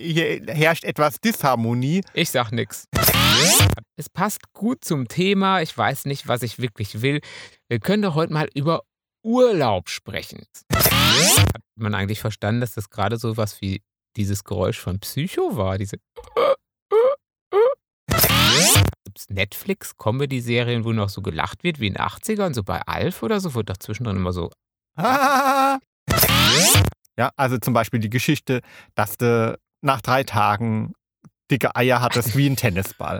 hier herrscht etwas Disharmonie. Ich sag nix. Es passt gut zum Thema. Ich weiß nicht, was ich wirklich will. Wir können doch heute mal über Urlaub sprechen. Hat man eigentlich verstanden, dass das gerade so was wie dieses Geräusch von Psycho war? Diese Gibt's Netflix-Comedy-Serien, wo noch so gelacht wird wie in den 80ern, so bei Alf oder so, wurde doch zwischendrin immer so. Ja, also zum Beispiel die Geschichte, dass du nach 3 Tagen dicke Eier hattest wie ein Tennisball.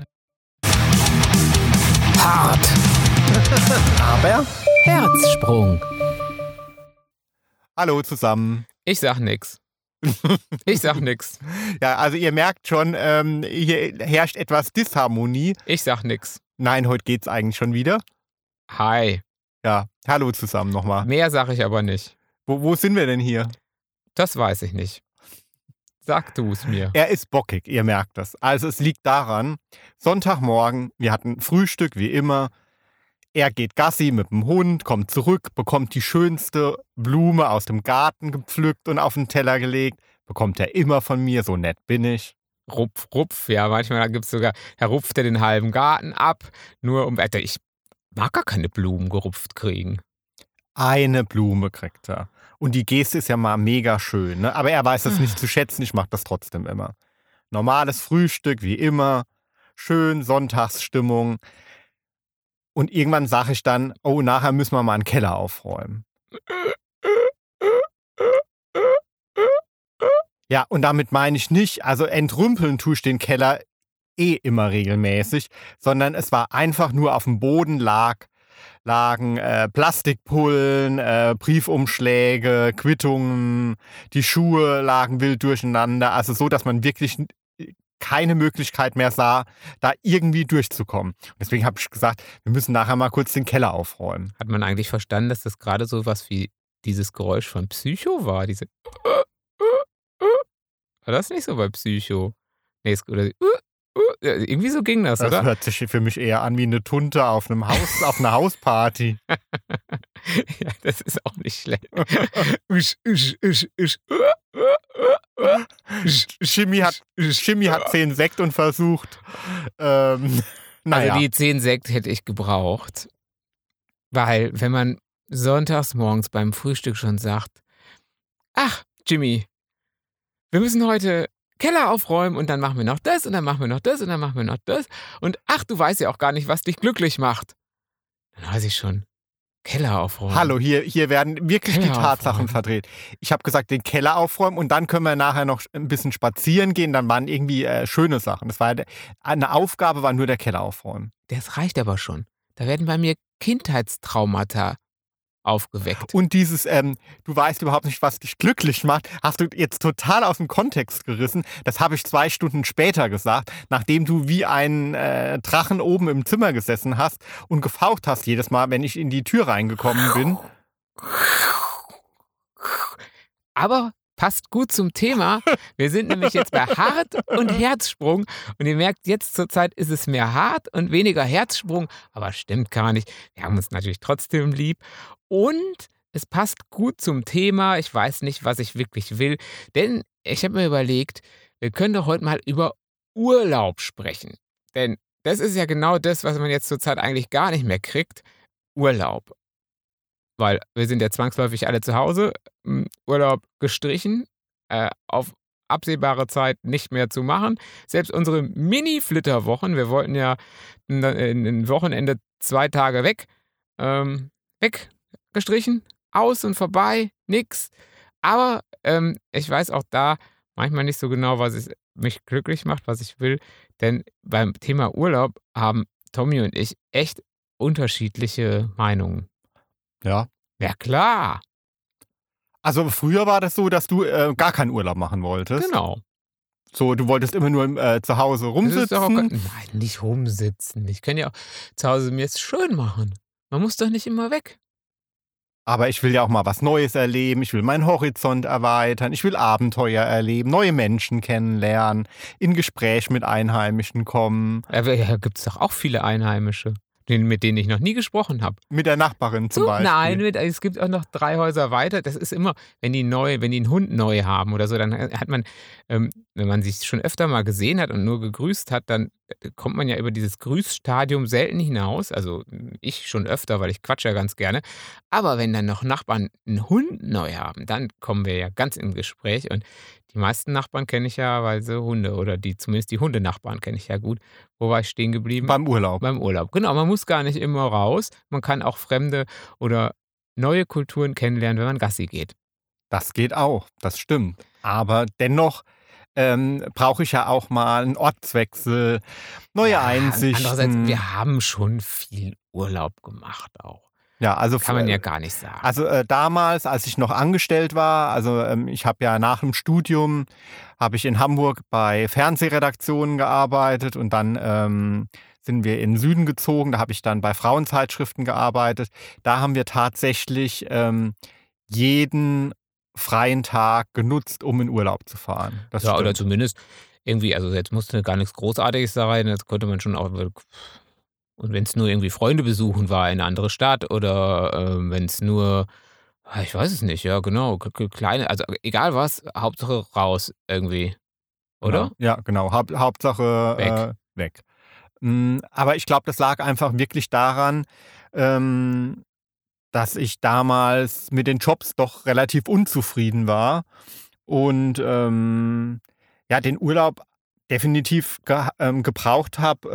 Hart. Aber Herzsprung. hallo zusammen. Ich sag nix. Ich sag nix. Ja, also ihr merkt schon, hier herrscht etwas Disharmonie. Ich sag nix. Nein, heute geht's eigentlich schon wieder. Hi. Ja, hallo zusammen nochmal. Mehr sag ich aber nicht. Wo sind wir denn hier? Das weiß ich nicht. Sag du es mir. Er ist bockig, ihr merkt das. Also es liegt daran, Sonntagmorgen, wir hatten Frühstück wie immer. Er geht Gassi mit dem Hund, kommt zurück, bekommt die schönste Blume aus dem Garten gepflückt und auf den Teller gelegt. Bekommt er immer von mir, so nett bin ich. Rupf, rupf. Ja, manchmal gibt es sogar, er rupft den halben Garten ab. Nur um. Ich mag gar keine Blumen gerupft kriegen. Eine Blume kriegt er. Und die Geste ist ja mal mega schön, ne? Aber er weiß das nicht zu schätzen, ich mache das trotzdem immer. Normales Frühstück wie immer, schön Sonntagsstimmung. Und irgendwann sage ich dann, oh, nachher müssen wir mal einen Keller aufräumen. Ja, und damit meine ich nicht, also entrümpeln tue ich den Keller immer regelmäßig, sondern es war einfach nur auf dem Boden lagen Plastikpullen, Briefumschläge, Quittungen, die Schuhe lagen wild durcheinander, also so, dass man wirklich keine Möglichkeit mehr sah, da irgendwie durchzukommen. Deswegen habe ich gesagt, wir müssen nachher mal kurz den Keller aufräumen. Hat man eigentlich verstanden, dass das gerade so was wie dieses Geräusch von Psycho war? Diese. War das nicht so bei Psycho? Nee, oder irgendwie so ging das, Das oder? hört sich für mich eher an wie eine Tunte auf einer Hausparty. Ja, das ist auch nicht schlecht. Usch, usch, usch, usch. Jimmy hat 10 Sekt und versucht, naja. Also die 10 Sekt hätte ich gebraucht. Weil, wenn man sonntags morgens beim Frühstück schon sagt, ach, Jimmy, wir müssen heute Keller aufräumen und dann machen wir noch das und dann machen wir noch das und dann machen wir noch das. Und ach, du weißt ja auch gar nicht, was dich glücklich macht. Dann weiß ich schon. Keller aufräumen. Hallo, hier werden wirklich Keller die Tatsachen aufräumen. verdreht. Ich habe gesagt, den Keller aufräumen und dann können wir nachher noch ein bisschen spazieren gehen. Dann waren irgendwie schöne Sachen. Das war eine Aufgabe, war nur der Keller aufräumen. Das reicht aber schon. Da werden bei mir Kindheitstraumata aufgeweckt. Und dieses, du weißt überhaupt nicht, was dich glücklich macht, hast du jetzt total aus dem Kontext gerissen. Das habe ich 2 Stunden später gesagt, nachdem du wie ein Drachen oben im Zimmer gesessen hast und gefaucht hast jedes Mal, wenn ich in die Tür reingekommen bin. Aber passt gut zum Thema. Wir sind nämlich jetzt bei Hart und Herzsprung. Und ihr merkt, jetzt zur Zeit ist es mehr Hart und weniger Herzsprung. Aber stimmt gar nicht. Wir haben uns natürlich trotzdem lieb. Und es passt gut zum Thema. Ich weiß nicht, was ich wirklich will. Denn ich habe mir überlegt, wir können doch heute mal über Urlaub sprechen. Denn das ist ja genau das, was man jetzt zur Zeit eigentlich gar nicht mehr kriegt. Urlaub. Weil wir sind ja zwangsläufig alle zu Hause. Urlaub gestrichen. Auf absehbare Zeit nicht mehr zu machen. Selbst unsere Mini-Flitterwochen, wir wollten ja ein Wochenende 2 Tage weg. Weggestrichen, aus und vorbei, nix. Aber ich weiß auch da manchmal nicht so genau, was mich glücklich macht, was ich will. Denn beim Thema Urlaub haben Tommy und ich echt unterschiedliche Meinungen. Ja. Ja, klar. Also früher war das so, dass du gar keinen Urlaub machen wolltest. Genau. So, du wolltest immer nur zu Hause Das ist doch auch rumsitzen. nein, nicht rumsitzen. Ich kann ja auch zu Hause mir es schön machen. Man muss doch nicht immer weg. Aber ich will ja auch mal was Neues erleben. Ich will meinen Horizont erweitern. Ich will Abenteuer erleben, neue Menschen kennenlernen, in Gespräch mit Einheimischen kommen. Aber ja, gibt es doch auch viele Einheimische. mit denen ich noch nie gesprochen habe. Mit der Nachbarin zum Beispiel. Nein, es gibt auch noch 3 Häuser weiter. Das ist immer, wenn die 'n Hund neu haben oder so, dann hat man, wenn man sich schon öfter mal gesehen hat und nur gegrüßt hat, dann kommt man ja über dieses Grüßstadium selten hinaus. Also, ich schon öfter, weil ich quatsche ja ganz gerne. Aber wenn dann noch Nachbarn 'n Hund neu haben, dann kommen wir ja ganz ins Gespräch und die meisten Nachbarn kenne ich ja, weil sie Hunde oder zumindest die Hundenachbarn kenne ich ja gut. Wo war ich stehen geblieben? Beim Urlaub. Beim Urlaub. Genau, man muss gar nicht immer raus. Man kann auch fremde oder neue Kulturen kennenlernen, wenn man Gassi geht. Das geht auch, das stimmt. Aber dennoch brauche ich ja auch mal einen Ortswechsel, neue Andererseits, Einsichten. wir haben schon viel Urlaub gemacht auch. Ja, also Kann man ja gar nicht sagen. Also, damals, als ich noch angestellt war, also, ich habe ja nach dem Studium habe ich in Hamburg bei Fernsehredaktionen gearbeitet und dann, sind wir in den Süden gezogen. Da habe ich dann bei Frauenzeitschriften gearbeitet. Da haben wir tatsächlich, jeden freien Tag genutzt, um in Urlaub zu fahren. Das Ja, oder stimmt. zumindest irgendwie, also jetzt musste gar nichts Großartiges sein, das konnte man schon auch, und wenn es nur irgendwie Freunde besuchen war in 'ne andere Stadt oder, wenn es nur, ich weiß es nicht, ja genau, kleine, also egal was, Hauptsache raus irgendwie, Genau. oder? Ja, genau. Weg. Hauptsache, weg. Aber ich glaube, das lag einfach wirklich daran, ähm dass ich damals mit den Jobs doch relativ unzufrieden war und, ja, den Urlaub definitiv gebraucht habe,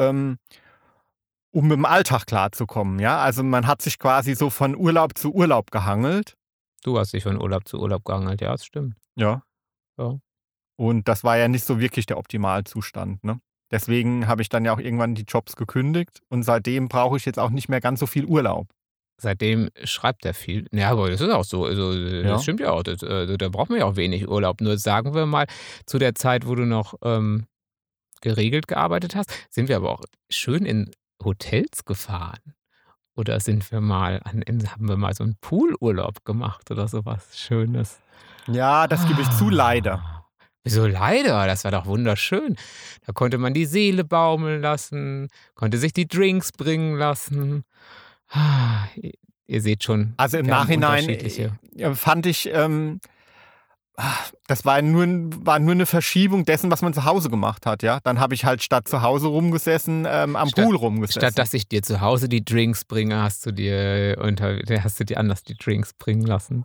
um mit dem Alltag klarzukommen, ja? Also, man hat sich quasi so von Urlaub zu Urlaub gehangelt, Du hast dich von Urlaub zu Urlaub gehangelt, ja, das stimmt. ja, Ja. und das war ja nicht so wirklich der Optimalzustand, ne? Deswegen habe ich dann ja auch irgendwann die Jobs gekündigt und seitdem brauche ich jetzt auch nicht mehr ganz so viel Urlaub, Seitdem schreibt er viel. Ja, aber das ist auch so. Also, das ja? stimmt ja auch. Da braucht man ja auch wenig Urlaub. Nur sagen wir mal, zu der Zeit, wo du noch, geregelt gearbeitet hast, sind wir aber auch schön in Hotels gefahren. Oder haben wir mal so 'n Poolurlaub gemacht oder so was Schönes. Ja, das gebe ich zu, leider. Ah. Wieso leider? Das war doch wunderschön. Da konnte man die Seele baumeln lassen, konnte sich die Drinks bringen lassen. Ah, ihr seht schon, Also, im wir haben Nachhinein, unterschiedliche. fand ich, das war nur 'ne Verschiebung dessen, was man zu Hause gemacht hat, ja? Dann habe ich halt statt zu Hause rumgesessen, am Statt Pool statt rumgesessen. dass ich dir zu Hause die Drinks bringe, hast du dir anders die Drinks bringen lassen.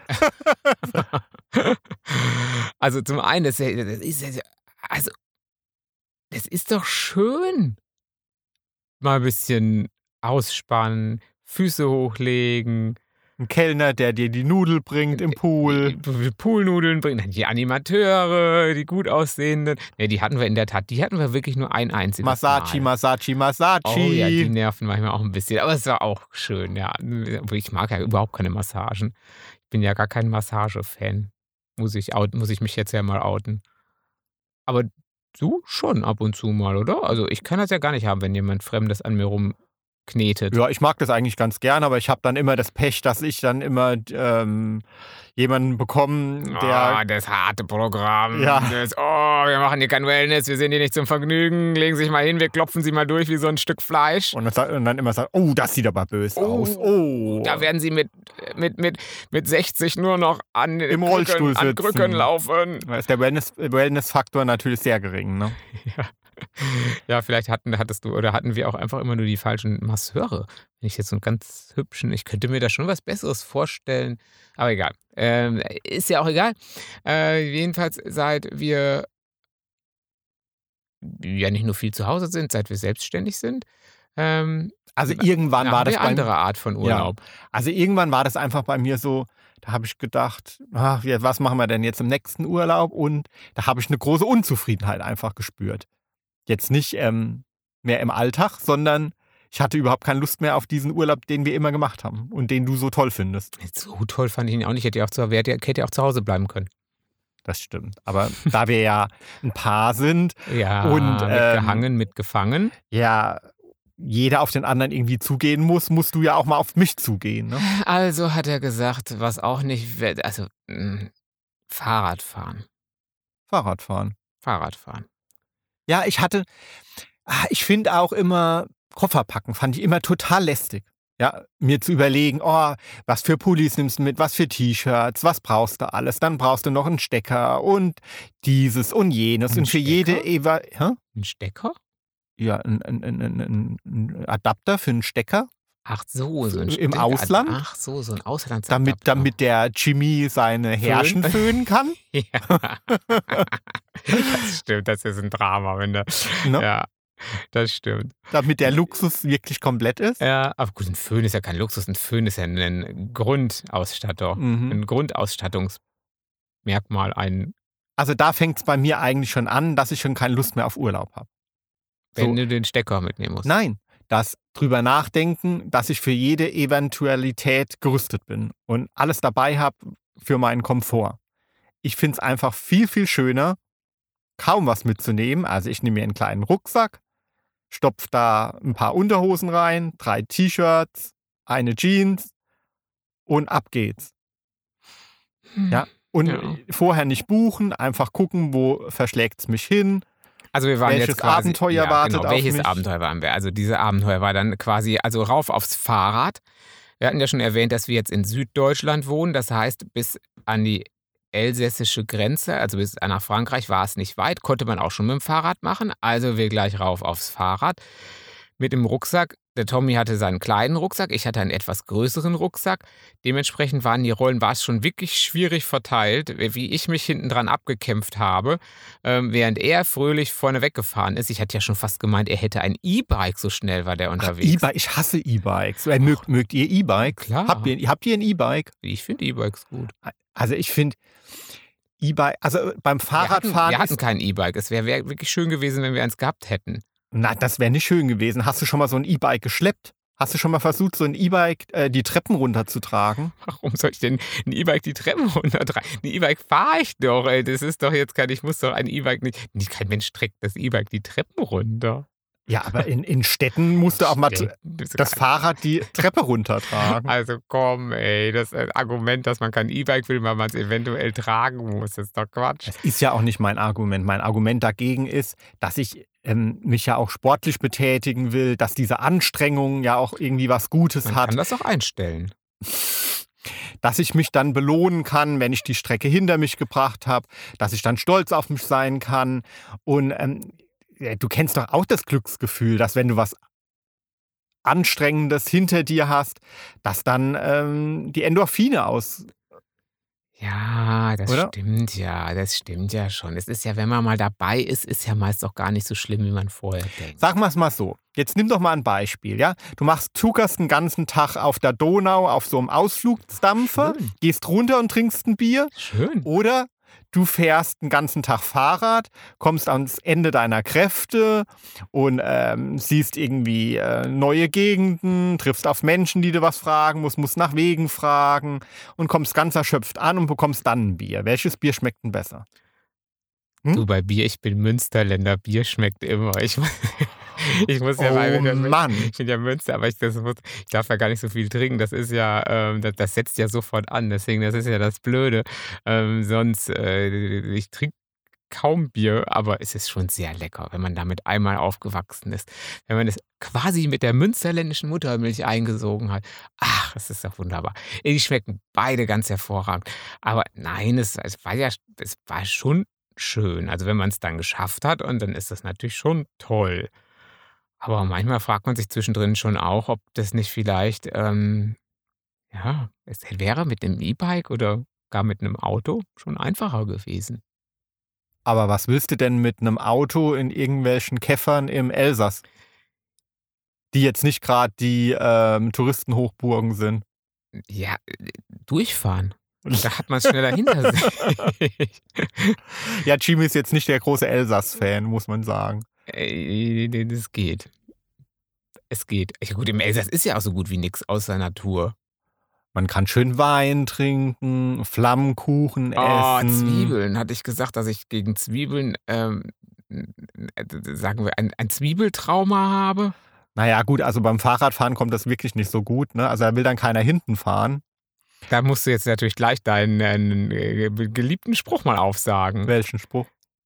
Also, zum einen, also, das ist doch schön. Mal 'n bisschen ausspannen, Füße hochlegen, 'N Kellner, der dir die Nudel bringt im Pool. Poolnudeln bringen, dann die Animateure, die gut aussehenden. Ne, die hatten wir in der Tat, die hatten wir wirklich nur ein einziges Masachi, Mal. Masachi, Oh ja, die Masachi. nerven manchmal auch 'n bisschen, aber es war auch schön, ja. Obwohl, ich mag ja überhaupt keine Massagen. Ich bin ja gar kein Massage-Fan. Muss ich mich jetzt ja mal outen. Aber du schon ab und zu mal, oder? Also, ich kann das ja gar nicht haben, wenn jemand Fremdes an mir rumknetet. Ja, ich mag das eigentlich ganz gerne, aber ich habe dann immer das Pech, dass ich dann immer, jemanden bekomme, der Das harte Programm. ja, Wir machen hier kein Wellness, wir sind hier nicht zum Vergnügen. Legen Sie sich mal hin, wir klopfen Sie mal durch wie so 'n Stück Fleisch. und dann immer sagt: „Oh, das sieht aber böse aus. Oh, Da werden Sie mit 60 nur noch im Rollstuhl an Krücken sitzen.“ laufen. Da ist der Wellness-Faktor natürlich sehr gering, ne? Ja. Ja, vielleicht hatten wir auch einfach immer nur die falschen Masseure. Wenn ich jetzt so 'n ganz hübschen, ich könnte mir da schon was Besseres vorstellen, aber egal. Ist ja auch egal. Jedenfalls, seit wir ja nicht nur viel zu Hause sind, seit wir selbstständig sind, ähm, Also, irgendwann war machen das wir andere Art von ja, Urlaub. also, irgendwann war das einfach bei mir so, da habe ich gedacht: „Ach, ja, was machen wir denn jetzt im nächsten Urlaub?“ Und da habe ich 'ne große Unzufriedenheit einfach gespürt. Jetzt nicht, mehr im Alltag, sondern ich hatte überhaupt keine Lust mehr auf diesen Urlaub, den wir immer gemacht haben und den du so toll findest. So toll fand ich ihn auch nicht. Hätte ja auch zu Hause bleiben können. Das stimmt. Aber da wir ja 'n Paar sind und, Ja, mitgehangen, mitgefangen. ja, jeder auf den anderen irgendwie zugehen muss, musst du ja auch mal auf mich zugehen, ne? Also hat er gesagt, was auch nicht Fahrradfahren. Fahrradfahren. Fahrradfahren. Ja, ich finde auch immer, Koffer packen fand ich immer total lästig. Ja, mir zu überlegen, was für Pullis nimmst du mit, was für T-Shirts, was brauchst du alles? Dann brauchst du noch einen Stecker und dieses und jenes. Ein Und für jede Ein Stecker? Ja, ein Adapter für einen Stecker Ach so, so ein im Stecker. Ausland, Ach so ein Auslandsadapter. damit der Jimmy seine Härchen föhnen kann. Ja. Das stimmt, das ist ein Drama, wenn der. Ne? Ja, das stimmt. Damit der Luxus wirklich komplett ist. Ja, aber gut, ein Föhn ist ja kein Luxus, ein Föhn ist ja ein Grundausstatter, Mhm. ein Grundausstattungsmerkmal, Also da fängt es bei mir eigentlich schon an, dass ich schon keine Lust mehr auf Urlaub habe. wenn du den Stecker mitnehmen musst. Nein, das drüber nachdenken, dass ich für jede Eventualität gerüstet bin und alles dabei habe für meinen Komfort. Ich finde es einfach viel, viel schöner, kaum was mitzunehmen. Also ich nehme mir einen kleinen Rucksack, stopfe da ein paar Unterhosen rein, 3 T-Shirts, eine Jeans und ab geht's. Ja? Und Ja. vorher nicht buchen, einfach gucken, wo verschlägt es mich hin. Also wir waren Welches jetzt quasi, Abenteuer wartet auf welches mich? Abenteuer waren wir? Also dieses Abenteuer war dann quasi, also rauf aufs Fahrrad. Wir hatten ja schon erwähnt, dass wir jetzt in Süddeutschland wohnen. Das heißt, bis an die elsässische Grenze, also bis nach Frankreich, war es nicht weit. Konnte man auch schon mit dem Fahrrad machen. Also wir gleich rauf aufs Fahrrad mit dem Rucksack. Der Tommy hatte seinen kleinen Rucksack, ich hatte einen etwas größeren Rucksack. Dementsprechend waren die Rollen, war es schon wirklich schwierig verteilt, wie ich mich hinten dran abgekämpft habe, während er fröhlich vorne weggefahren ist. Ich hatte ja schon fast gemeint, er hätte ein E-Bike, so schnell war der unterwegs. E-Bike, ich hasse E-Bikes. Mögt ihr E-Bikes? Klar. Habt ihr ein E-Bike? Ich finde E-Bikes gut. Also ich finde E-Bike, also beim Fahrradfahren Wir hatten kein E-Bike. Es wäre wirklich schön gewesen, wenn wir eins gehabt hätten. Na, das wäre nicht schön gewesen. Hast du schon mal so ein E-Bike geschleppt? Hast du schon mal versucht, so ein E-Bike die Treppen runterzutragen? Warum soll ich denn ein E-Bike die Treppen runtertragen? Ein E-Bike fahre ich doch, ey. Das ist doch jetzt ich muss doch ein E-Bike nicht. Kein Mensch trägt das E-Bike die Treppen runter. Ja, aber in Städten musst du auch mal das Fahrrad die Treppe runtertragen. Also komm, ey, das Argument, dass man kein E-Bike will, weil man es eventuell tragen muss, das ist doch Quatsch. Das ist ja auch nicht mein Argument. Mein Argument dagegen ist, dass ich mich ja auch sportlich betätigen will, dass diese Anstrengung ja auch irgendwie was Gutes Man hat. kann das auch einstellen. Dass ich mich dann belohnen kann, wenn ich die Strecke hinter mich gebracht habe, dass ich dann stolz auf mich sein kann. Und du kennst doch auch das Glücksgefühl, dass wenn du was Anstrengendes hinter dir hast, dass dann die Endorphine aus. Ja, das Oder? stimmt ja schon. Es ist ja, wenn man mal dabei ist ja meist auch gar nicht so schlimm, wie man vorher denkt. Sagen wir es mal so. Jetzt nimm doch mal ein Beispiel, ja? Du zuckerst den ganzen Tag auf der Donau auf so einem Ausflugsdampfer, Schön. gehst runter und trinkst ein Bier. Schön. Oder du fährst den ganzen Tag Fahrrad, kommst ans Ende deiner Kräfte und siehst irgendwie neue Gegenden, triffst auf Menschen, die dir was fragen musst nach Wegen fragen und kommst ganz erschöpft an und bekommst dann ein Bier. Welches Bier schmeckt denn besser? Du, bei Bier, ich bin Münsterländer, Bier schmeckt immer. Ich muss ja Mann. Ich bin ja Münster, aber ich darf ja gar nicht so viel trinken. Das ist ja, das setzt ja sofort an. Deswegen, das ist ja das Blöde. Ich trinke kaum Bier, aber es ist schon sehr lecker, wenn man damit einmal aufgewachsen ist. Wenn man es quasi mit der münsterländischen Muttermilch eingesogen hat. Ach, es ist doch wunderbar. Die schmecken beide ganz hervorragend. Aber nein, es war schon schön. Also wenn man es dann geschafft hat und dann ist das natürlich schon toll. Aber manchmal fragt man sich zwischendrin schon auch, ob das nicht vielleicht, es wäre mit einem E-Bike oder gar mit einem Auto schon einfacher gewesen. Aber was willst du denn mit einem Auto in irgendwelchen Käffern im Elsass? Die jetzt nicht gerade die Touristenhochburgen sind. Ja, durchfahren. Da hat man es schneller hinter sich. Ja, Jimmy ist jetzt nicht der große Elsass-Fan, muss man sagen. Das geht. Es geht. Ja, gut, im Elsass ist ja auch so gut wie nichts außer Natur. Man kann schön Wein trinken, Flammkuchen essen. Zwiebeln. Hatte ich gesagt, dass ich gegen Zwiebeln, sagen wir, ein Zwiebeltrauma habe? Naja, gut, also beim Fahrradfahren kommt das wirklich nicht so gut, ne? Also da will dann keiner hinten fahren. Da musst du jetzt natürlich gleich deinen geliebten Spruch mal aufsagen. Welchen Spruch?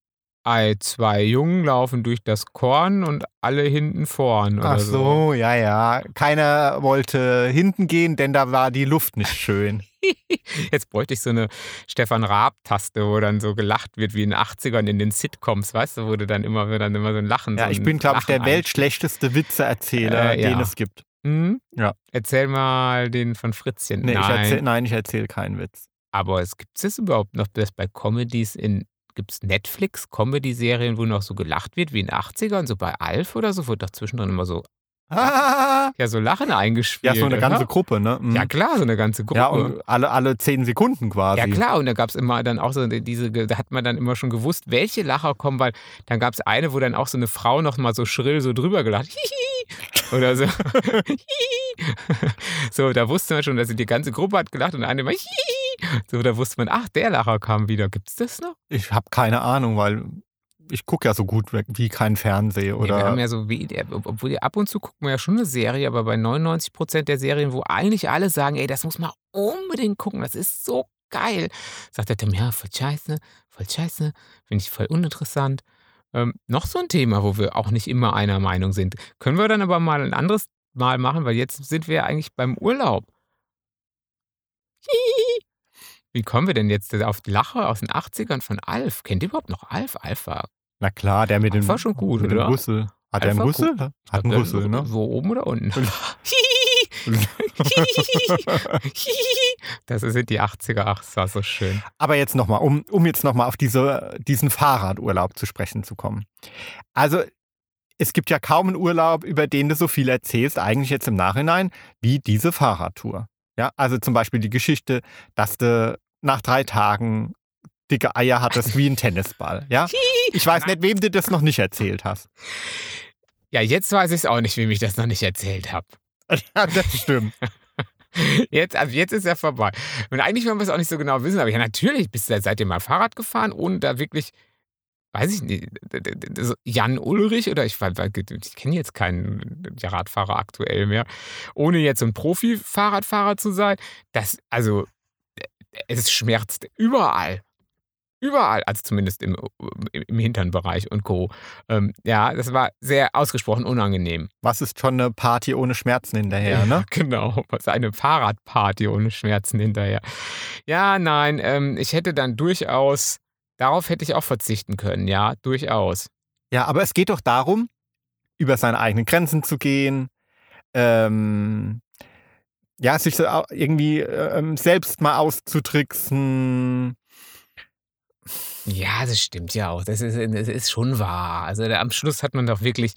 Zwei Jungen laufen durch das Korn und alle hinten vorn oder Ach so, ja. Keiner wollte hinten gehen, denn da war die Luft nicht schön. Jetzt bräuchte ich so eine Stefan Raab-Taste, wo dann so gelacht wird wie in den 80ern in den Sitcoms, weißt du, wo dann immer so ein Lachen Ja, so ich ein bin, glaube ich, Lachen der weltschlechteste Witzeerzähler, Ja. den es gibt. Mhm. Ja. Erzähl mal den von Fritzchen. Nee, ich erzähle keinen Witz. Aber gibt es überhaupt noch das bei Comedies gibt es Netflix-Comedy-Serien, wo noch so gelacht wird wie in den 80ern, so bei Alf oder so, wurde doch zwischendrin immer so so Lachen eingespielt. Ja, so eine oder? ganze Gruppe, ne? Ja klar, so eine ganze Gruppe. Ja, und alle 10 Sekunden quasi. Ja klar, und da gab es immer dann auch so da hat man dann immer schon gewusst, welche Lacher kommen, weil dann gab es eine, wo dann auch so eine Frau noch mal so schrill so drüber gelacht. Hihi. Oder so. Hihi. So, da wusste man schon, dass die ganze Gruppe hat gelacht und eine immer Hihi. So, da wusste man, ach, der Lacher kam wieder. Gibt's das noch? Ich habe keine Ahnung, weil ich gucke ja so gut wie kein Fernsehen. Nee, Oder wir haben ja so, obwohl ab und zu gucken wir ja schon eine Serie, aber bei 99% der Serien, wo eigentlich alle sagen, ey, das muss man unbedingt gucken, das ist so geil, sagt der Tim, ja, voll scheiße, finde ich voll uninteressant. Noch so ein Thema, wo wir auch nicht immer einer Meinung sind. Können wir dann aber mal ein anderes Mal machen, weil jetzt sind wir ja eigentlich beim Urlaub. Wie kommen wir denn jetzt auf die Lacher aus den 80ern von Alf? Kennt ihr überhaupt noch Alf? Alf war na klar, der mit dem war schon gut, mit dem oder? Rüssel. Hat er einen Alpha Rüssel? Hat einen Rüssel, ne? Wo oben oder unten? Das sind die 80er. Ach, das war so schön. Aber jetzt nochmal, um jetzt nochmal auf diesen Fahrradurlaub zu sprechen zu kommen. Also, es gibt ja kaum einen Urlaub, über den du so viel erzählst, eigentlich jetzt im Nachhinein, wie diese Fahrradtour. Ja, also zum Beispiel die Geschichte, dass du nach 3 Tagen dicke Eier hattest wie ein Tennisball. Ja? Ich weiß nicht, wem du das noch nicht erzählt hast. Ja, jetzt weiß ich es auch nicht, wem ich das noch nicht erzählt habe. Ja, das stimmt. Jetzt ist er vorbei. Und eigentlich wollen wir es auch nicht so genau wissen, aber ja, natürlich seid ihr mal Fahrrad gefahren, ohne da wirklich, weiß ich nicht, Jan Ulrich oder ich kenne jetzt keinen Radfahrer aktuell mehr, ohne jetzt so ein Profi-Fahrradfahrer zu sein. Es schmerzt überall. Überall, also zumindest im Hinternbereich und Co. Ja, das war sehr ausgesprochen unangenehm. Was ist schon eine Party ohne Schmerzen hinterher, ne? Genau, was eine Fahrradparty ohne Schmerzen hinterher. Ja, nein, ich hätte dann durchaus, darauf hätte ich auch verzichten können, ja, durchaus. Ja, aber es geht doch darum, über seine eigenen Grenzen zu gehen, sich so irgendwie selbst mal auszutricksen. Ja, das stimmt ja auch. Das ist schon wahr. Also am Schluss hat man doch wirklich.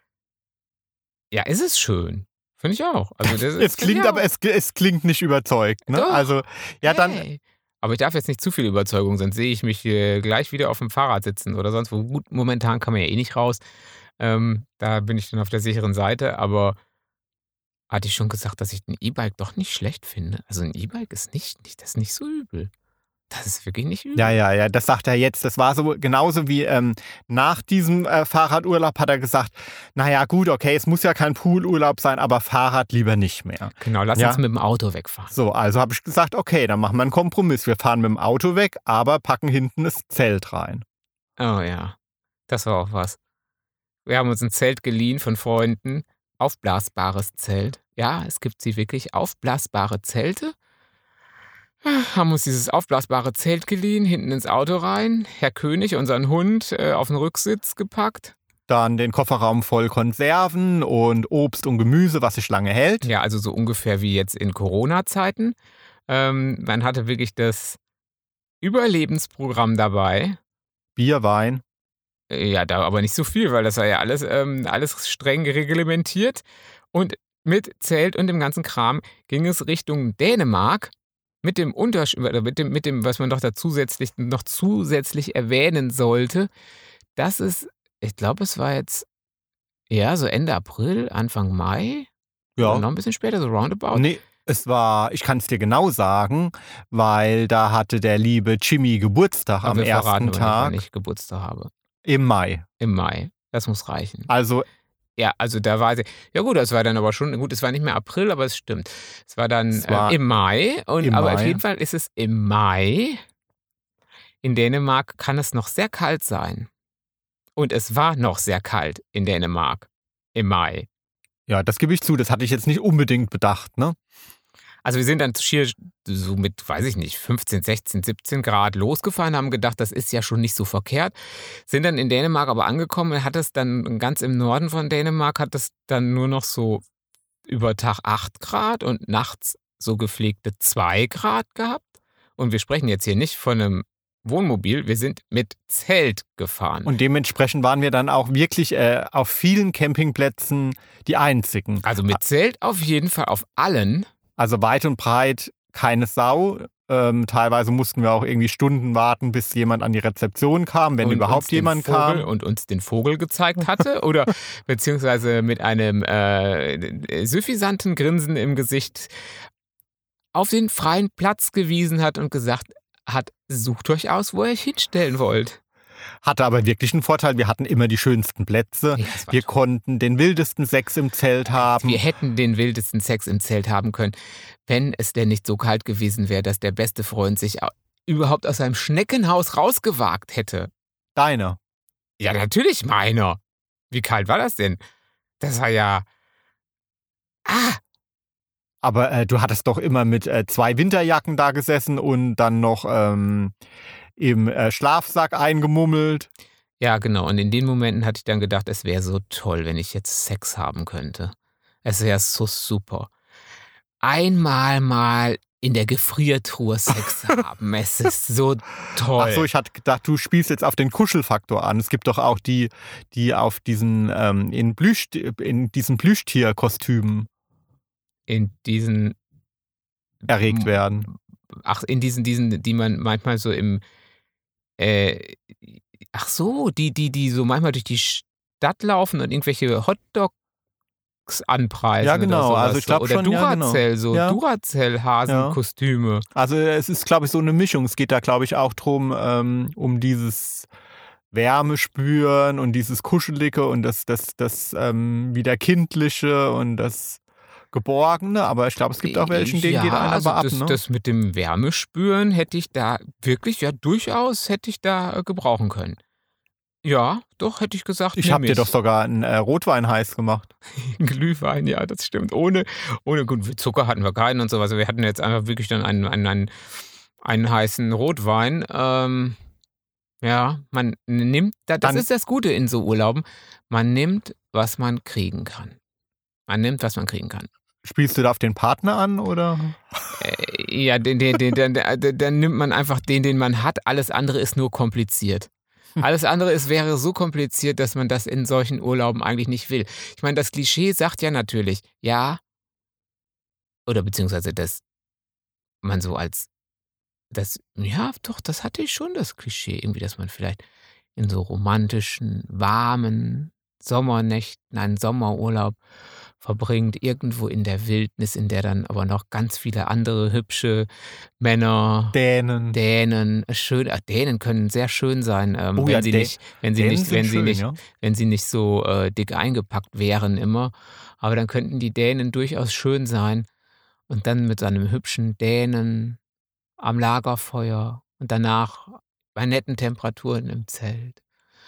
Ja, ist es schön. Finde ich auch. Also es klingt, aber es klingt nicht überzeugt. Ne? Doch. Also, ja, dann. Hey. Aber ich darf jetzt nicht zu viel Überzeugung, sonst sehe ich mich gleich wieder auf dem Fahrrad sitzen oder sonst wo. Gut, momentan kann man ja eh nicht raus. Da bin ich dann auf der sicheren Seite. Aber hatte ich schon gesagt, dass ich ein E-Bike doch nicht schlecht finde? Also ein E-Bike ist das ist nicht so übel. Das ist wirklich nicht übel. Ja, das sagt er jetzt. Das war so genauso wie nach diesem Fahrradurlaub hat er gesagt, naja gut, okay, es muss ja kein Poolurlaub sein, aber Fahrrad lieber nicht mehr. Genau, lass uns mit dem Auto wegfahren. So, also habe ich gesagt, okay, dann machen wir einen Kompromiss. Wir fahren mit dem Auto weg, aber packen hinten das Zelt rein. Oh ja, das war auch was. Wir haben uns ein Zelt geliehen von Freunden, aufblasbares Zelt. Ja, es gibt sie wirklich, aufblasbare Zelte. Haben uns dieses aufblasbare Zelt geliehen, hinten ins Auto rein, Herr König, unseren Hund, auf den Rücksitz gepackt. Dann den Kofferraum voll Konserven und Obst und Gemüse, was sich lange hält. Ja, also so ungefähr wie jetzt in Corona-Zeiten. Man hatte wirklich das Überlebensprogramm dabei. Bier, Wein. Ja, da aber nicht so viel, weil das war ja alles streng reglementiert. Und mit Zelt und dem ganzen Kram ging es Richtung Dänemark. Mit dem was man doch da zusätzlich erwähnen sollte, dass es, ich glaube, es war jetzt so Ende April, Anfang Mai, Ja. noch ein bisschen später, so roundabout. Nee, ich kann es dir genau sagen, weil da hatte der liebe Jimmy Geburtstag am ersten Tag. Wann ich Geburtstag habe. Im Mai. Im Mai. Das muss reichen. Also. Ja, also da war sie. Ja gut, das war dann aber schon, gut, es war nicht mehr April, aber es stimmt. Es war dann im Mai. Aber auf jeden Fall ist es im Mai. In Dänemark kann es noch sehr kalt sein. Und es war noch sehr kalt in Dänemark im Mai. Ja, das gebe ich zu. Das hatte ich jetzt nicht unbedingt bedacht, ne? Also wir sind dann hier so mit, weiß ich nicht, 15, 16, 17 Grad losgefahren, haben gedacht, das ist ja schon nicht so verkehrt. Sind dann in Dänemark aber angekommen, hat es dann ganz im Norden von Dänemark, hat es dann nur noch so über Tag 8 Grad und nachts so gepflegte 2 Grad gehabt. Und wir sprechen jetzt hier nicht von einem Wohnmobil, wir sind mit Zelt gefahren. Und dementsprechend waren wir dann auch wirklich auf vielen Campingplätzen die einzigen. Also mit Zelt auf jeden Fall, auf allen. Also weit und breit keine Sau. Teilweise mussten wir auch irgendwie Stunden warten, bis jemand an die Rezeption kam, wenn Und überhaupt uns den jemand Vogel kam. und uns den Vogel gezeigt hatte oder beziehungsweise mit einem suffisanten Grinsen im Gesicht auf den freien Platz gewiesen hat und gesagt hat, sucht euch aus, wo ihr euch hinstellen wollt. Hatte aber wirklich einen Vorteil, wir hatten immer die schönsten Plätze. Ja, das war Wir toll. konnten den wildesten Sex im Zelt haben. Wir hätten den wildesten Sex im Zelt haben können, wenn es denn nicht so kalt gewesen wäre, dass der beste Freund sich überhaupt aus seinem Schneckenhaus rausgewagt hätte. Deiner. Ja, natürlich meiner. Wie kalt war das denn? Das war ja... Aber du hattest doch immer mit 2 Winterjacken da gesessen und dann noch im Schlafsack eingemummelt. Ja, genau. Und in den Momenten hatte ich dann gedacht, es wäre so toll, wenn ich jetzt Sex haben könnte. Es wäre so super. Einmal mal in der Gefriertruhe Sex haben. Es ist so toll. Ach so, ich hatte gedacht, du spielst jetzt auf den Kuschelfaktor an. Es gibt doch auch die auf diesen in diesen Plüschtierkostümen In diesen, erregt werden. in diesen, die man manchmal so im, äh, ach so, die so manchmal durch die Stadt laufen und irgendwelche Hotdogs anpreisen. Ja, genau. Oder sowas. Also ich glaube oder schon, Duracell, ja, genau. so Ja. Duracell-Hasenkostüme. Also es ist, glaube ich, so eine Mischung. Es geht da, glaube ich, auch drum, um dieses Wärme spüren und dieses Kuschelige und das wieder Kindliche und das Geborgene. Aber ich glaube, es gibt auch welchen, denen geht einer also aber ab. Ne? das mit dem Wärmespüren hätte ich da wirklich, ja durchaus hätte ich da gebrauchen können. Ja, doch, hätte ich gesagt, Ich habe dir doch sogar einen Rotwein heiß gemacht. Glühwein, ja, das stimmt. Ohne gut, Zucker hatten wir keinen und so. Also wir hatten jetzt einfach wirklich dann einen heißen Rotwein. Ja, man nimmt, das Dann- ist das Gute in so Urlauben, man nimmt, was man kriegen kann. Man nimmt, was man kriegen kann. Spielst du da auf den Partner an, oder? Ja, dann nimmt man einfach den man hat. Alles andere ist nur kompliziert. Alles andere wäre so kompliziert, dass man das in solchen Urlauben eigentlich nicht will. Ich meine, das Klischee sagt ja natürlich, ja, oder beziehungsweise, dass man so ja, doch, das hatte ich schon, das Klischee, irgendwie, dass man vielleicht in so romantischen, warmen Sommernächten einen Sommerurlaub verbringt, irgendwo in der Wildnis, in der dann aber noch ganz viele andere hübsche Männer, Dänen. Dänen, Dänen können sehr schön sein, Oh ja, wenn Dänen sind schön, ja. sie nicht so dick eingepackt wären immer. Aber dann könnten die Dänen durchaus schön sein. Und dann mit so einem hübschen Dänen am Lagerfeuer und danach bei netten Temperaturen im Zelt.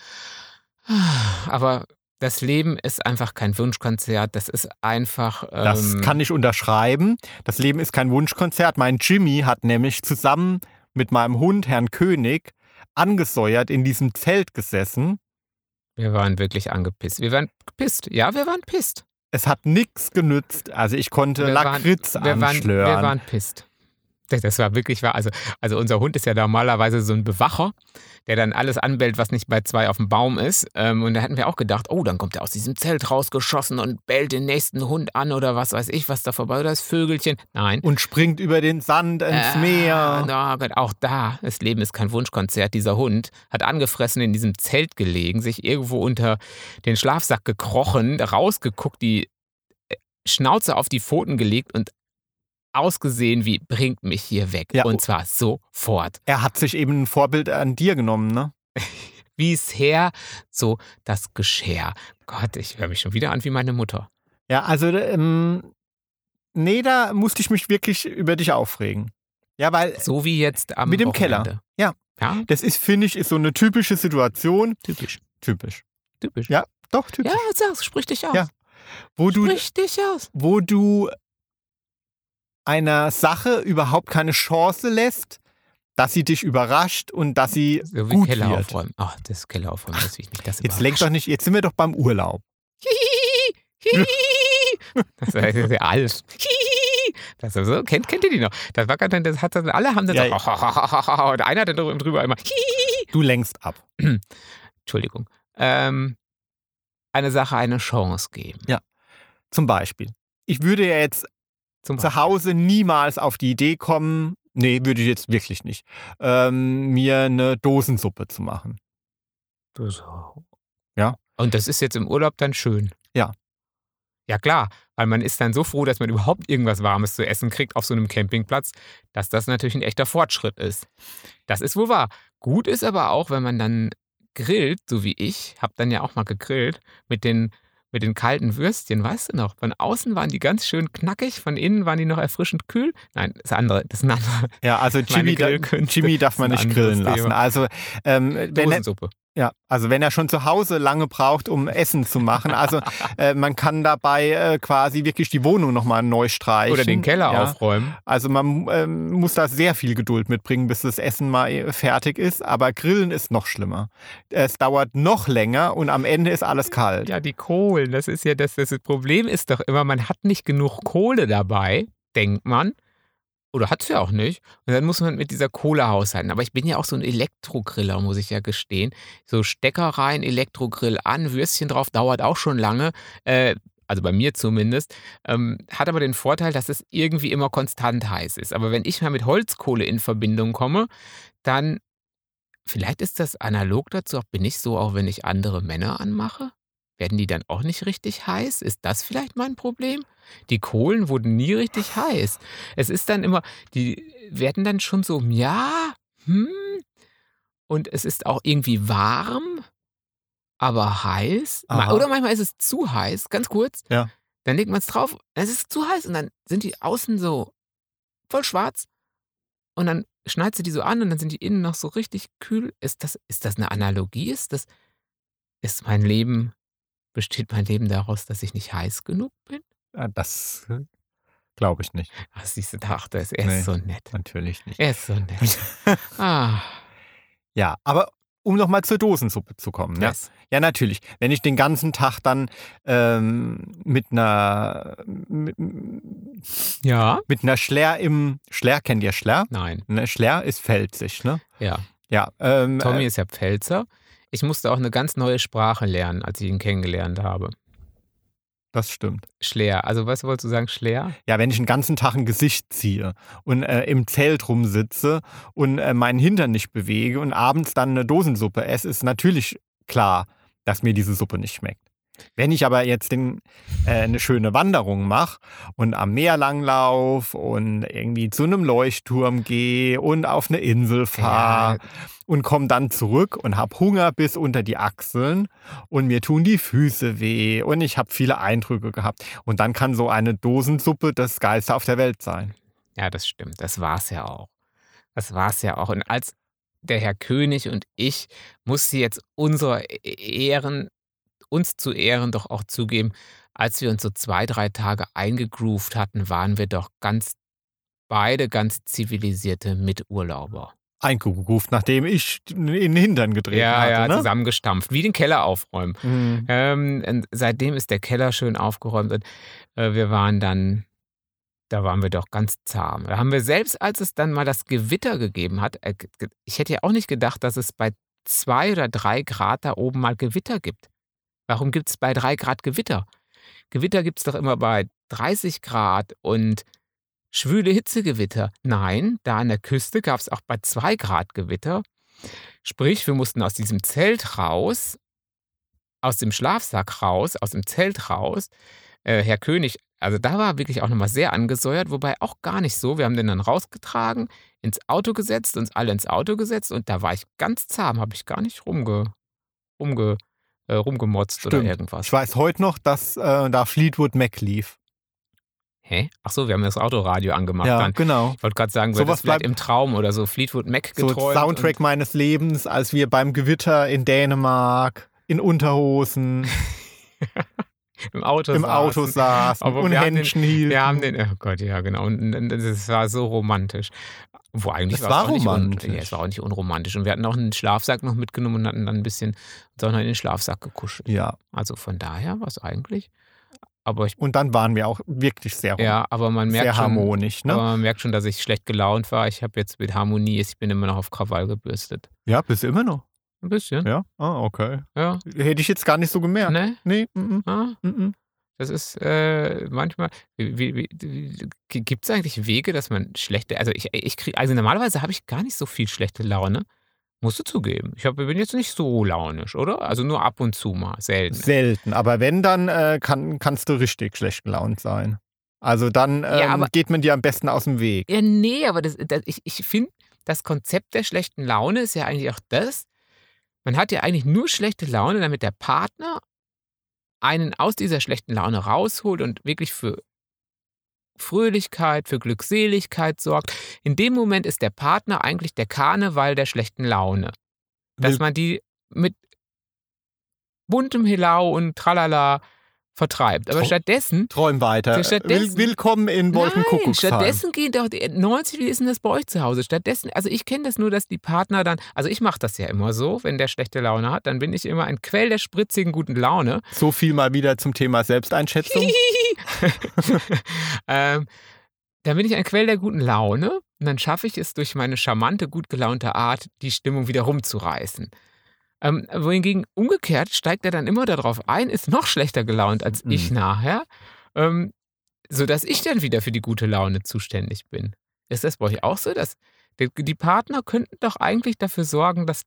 Aber das Leben ist einfach kein Wunschkonzert. Das ist einfach. Das kann ich unterschreiben. Das Leben ist kein Wunschkonzert. Mein Jimmy hat nämlich zusammen mit meinem Hund, Herrn König, angesäuert in diesem Zelt gesessen. Wir waren wirklich angepisst. Wir waren gepisst. Ja, wir waren pisst. Es hat nichts genützt. Also ich konnte Lakritz anschlören. Wir waren pisst. Das war wirklich wahr. Also unser Hund ist ja normalerweise so ein Bewacher, der dann alles anbellt, was nicht bei 2 auf dem Baum ist. Und da hatten wir auch gedacht, oh, dann kommt er aus diesem Zelt rausgeschossen und bellt den nächsten Hund an oder was weiß ich, was da vorbei, oder das Vögelchen. Nein. Und springt über den Sand ins Meer. Na Gott, auch da, das Leben ist kein Wunschkonzert. Dieser Hund hat angefressen in diesem Zelt gelegen, sich irgendwo unter den Schlafsack gekrochen, rausgeguckt, die Schnauze auf die Pfoten gelegt und ausgesehen wie, bringt mich hier weg. Ja. Und zwar sofort. Er hat sich eben ein Vorbild an dir genommen, ne? Wie es her, so das Geschirr. Gott, ich höre mich schon wieder an wie meine Mutter. Ja, also, nee, da musste ich mich wirklich über dich aufregen. Ja, weil So wie jetzt am mit dem Wochenende. Keller. Ja. Ja, Das ist, finde ich, ist so eine typische Situation. typisch. Typisch. Typisch. Ja, doch, typisch. Ja, sag's, sprich dich aus. Ja. Wo du einer Sache überhaupt keine Chance lässt, dass sie dich überrascht und dass sie So wie gut Keller wird. aufräumen. Ach, das Keller aufräumen, das will ich nicht. Das Jetzt lenk doch nicht, jetzt sind wir doch beim Urlaub. Das ist ja alles. Das ist so, kennt ihr die noch? Das war dann, das hat dann alle haben dann Ja, so, und einer hat dann drüber immer. Du lenkst ab. Entschuldigung. Eine Sache eine Chance geben. Zum Beispiel. Ich würde ja jetzt Zum zu Hause niemals auf die Idee kommen, nee, würde ich jetzt wirklich nicht, mir eine Dosensuppe zu machen. Ja. Und das ist jetzt im Urlaub dann schön. Ja. Ja klar, weil man ist dann so froh, dass man überhaupt irgendwas Warmes zu essen kriegt auf so einem Campingplatz, dass das natürlich ein echter Fortschritt ist. Das ist wohl wahr. Gut ist aber auch, wenn man dann grillt, so wie ich, habe dann ja auch mal gegrillt, mit den kalten Würstchen, weißt du noch? Von außen waren die ganz schön knackig, von innen waren die noch erfrischend kühl. Nein, das ist ein anderer. Ja, also Meine Jimmy darf man ist ein nicht grillen anderes lassen. Thema. Also Dosensuppe. wenn er schon zu Hause lange braucht, um Essen zu machen, also man kann dabei quasi wirklich die Wohnung nochmal neu streichen. Oder den Keller aufräumen. Also man muss da sehr viel Geduld mitbringen, bis das Essen mal fertig ist. Aber Grillen ist noch schlimmer. Es dauert noch länger und am Ende ist alles kalt. Ja, die Kohlen, das ist ja das Problem ist doch immer, man hat nicht genug Kohle dabei, denkt man. Oder hat es ja auch nicht. Und dann muss man mit dieser Kohle haushalten. Aber ich bin ja auch so ein Elektrogriller, muss ich ja gestehen. So Stecker rein, Elektrogrill an, Würstchen drauf, dauert auch schon lange. Also bei mir zumindest. Hat aber den Vorteil, dass es irgendwie immer konstant heiß ist. Aber wenn ich mal mit Holzkohle in Verbindung komme, dann, vielleicht ist das analog dazu, bin ich so, auch wenn ich andere Männer anmache? Werden die dann auch nicht richtig heiß? Ist das vielleicht mein Problem? Die Kohlen wurden nie richtig heiß. Es ist dann immer, die werden dann schon so, ja, und es ist auch irgendwie warm, aber heiß. Aha. Oder manchmal ist es zu heiß, ganz kurz. Ja. Dann legt man es drauf, es ist zu heiß und dann sind die außen so voll schwarz und dann schneidet sie die so an und dann sind die innen noch so richtig kühl. Ist das eine Analogie? Besteht mein Leben daraus, dass ich nicht heiß genug bin? Das glaube ich nicht. Ach, siehst du, er ist Nee. so nett. Natürlich nicht. Er ist so nett. Ah, Ja, aber um nochmal zur Dosensuppe zu kommen. Ja? yes. Ja, natürlich. Wenn ich den ganzen Tag dann mit einer Ja? Schlär Schlär, kennt ihr Schlär? Nein. Ne, Schlär ist felsig, ne? Ja. Ja. Tommy ist ja Pfälzer. Ich musste auch eine ganz neue Sprache lernen, als ich ihn kennengelernt habe. Das stimmt. Schleer. Also, was wolltest du sagen? Schleer? Ja, wenn ich den ganzen Tag ein Gesicht ziehe und im Zelt rumsitze und meinen Hintern nicht bewege und abends dann eine Dosensuppe esse, ist natürlich klar, dass mir diese Suppe nicht schmeckt. Wenn ich aber jetzt eine schöne Wanderung mache und am Meer langlauf und irgendwie zu einem Leuchtturm gehe und auf eine Insel fahre und komme dann zurück und habe Hunger bis unter die Achseln und mir tun die Füße weh und ich habe viele Eindrücke gehabt. Und dann kann so eine Dosensuppe das Geilste auf der Welt sein. Ja, das stimmt. Das war's ja auch. Und als der Herr König und ich musste jetzt uns zu Ehren doch auch zugeben, als wir uns so 2, 3 Tage eingegroovt hatten, waren wir doch beide ganz zivilisierte Miturlauber. Eingerufen, nachdem ich in den Hintern getreten hatte. Ja, Ne? zusammengestampft, wie den Keller aufräumen. Mhm. Und seitdem ist der Keller schön aufgeräumt und da waren wir doch ganz zahm. Da haben wir selbst, als es dann mal das Gewitter gegeben hat, ich hätte ja auch nicht gedacht, dass es bei 2 oder 3 Grad da oben mal Gewitter gibt. Warum gibt es bei 3 Grad Gewitter? Gewitter gibt es doch immer bei 30 Grad und schwüle Hitzegewitter. Nein, da an der Küste gab es auch bei 2 Grad Gewitter. Sprich, wir mussten aus diesem Zelt raus, aus dem Schlafsack raus, aus dem Zelt raus. Herr König, also da war wirklich auch nochmal sehr angesäuert, wobei auch gar nicht so. Wir haben den dann rausgetragen, ins Auto gesetzt, uns alle ins Auto gesetzt und da war ich ganz zahm, habe ich gar nicht rumgemotzt oder Stimmt. irgendwas. Ich weiß heute noch, dass da Fleetwood Mac lief. Hä? Ach so, wir haben das Autoradio angemacht Ja, dann. genau. Ich wollte gerade sagen, Sowas wird das vielleicht bleibt- im Traum oder so Fleetwood Mac So geträumt. Soundtrack meines Lebens, als wir beim Gewitter in Dänemark in Unterhosen im Auto im Auto saßen Aber und wir haben Händchen hielten. Wir haben den, oh Gott, ja genau. Und das war so romantisch. Wo eigentlich Das war es war auch nicht romantisch. ja, es war auch nicht unromantisch. Und wir hatten auch einen Schlafsack noch mitgenommen und hatten dann ein bisschen uns auch noch in den Schlafsack gekuschelt. Ja, Also von daher war es eigentlich. Aber ich, und dann waren wir auch wirklich sehr, ja, aber man merkt sehr schon, harmonisch. aber Ne? man merkt schon, dass ich schlecht gelaunt war. Ich habe jetzt mit Harmonie, ich bin immer noch auf Krawall gebürstet. Ja, bist du immer noch. Ein bisschen. Ja, okay. Ja. Hätte ich jetzt gar nicht so gemerkt. Ne? Nee, Ah. mm. Das ist manchmal. Gibt es eigentlich Wege, dass man schlechte. Also ich kriege. Also normalerweise habe ich gar nicht so viel schlechte Laune. Musst du zugeben. Bin jetzt nicht so launisch, oder? Also nur ab und zu mal, selten. Selten, aber wenn, dann kannst du richtig schlecht gelaunt sein. Also dann Ja, aber- geht man dir am besten aus dem Weg. Ja, nee, aber ich finde, das Konzept der schlechten Laune ist ja eigentlich auch das. Man hat ja eigentlich nur schlechte Laune, damit der Partner einen aus dieser schlechten Laune rausholt und wirklich für Fröhlichkeit, für Glückseligkeit sorgt. In dem Moment ist der Partner eigentlich der Karneval der schlechten Laune. Dass man die mit buntem Helau und Tralala vertreibt. Aber stattdessen. Träum weiter. Stattdessen- Willkommen in Nein, Wolkenkuckucksheim. stattdessen gehen doch 90, wie ist denn das bei euch zu Hause? Stattdessen, also ich kenne das nur, dass die Partner dann, also ich mache das ja immer so, wenn der schlechte Laune hat, dann bin ich immer ein Quell der spritzigen guten Laune. So viel mal wieder zum Thema Selbsteinschätzung. Dann bin ich ein Quell der guten Laune und dann schaffe ich es durch meine charmante, gut gelaunte Art, die Stimmung wieder rumzureißen. Wohingegen umgekehrt steigt er dann immer darauf ein, ist noch schlechter gelaunt als ich nachher, sodass ich dann wieder für die gute Laune zuständig bin. Ist das bei euch auch so? Dass die Partner könnten doch eigentlich dafür sorgen, dass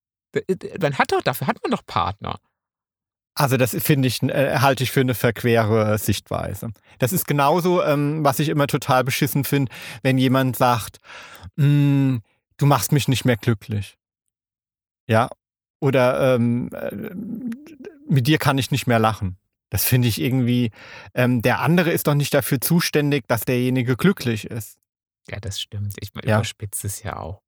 dafür hat man doch Partner. Also das finde ich, halte ich für eine verquere Sichtweise. Das ist genauso, was ich immer total beschissen finde, wenn jemand sagt, du machst mich nicht mehr glücklich. Ja, oder mit dir kann ich nicht mehr lachen. Das finde ich irgendwie, der andere ist doch nicht dafür zuständig, dass derjenige glücklich ist. Ja, das stimmt. Ich Ja. überspitze es ja auch.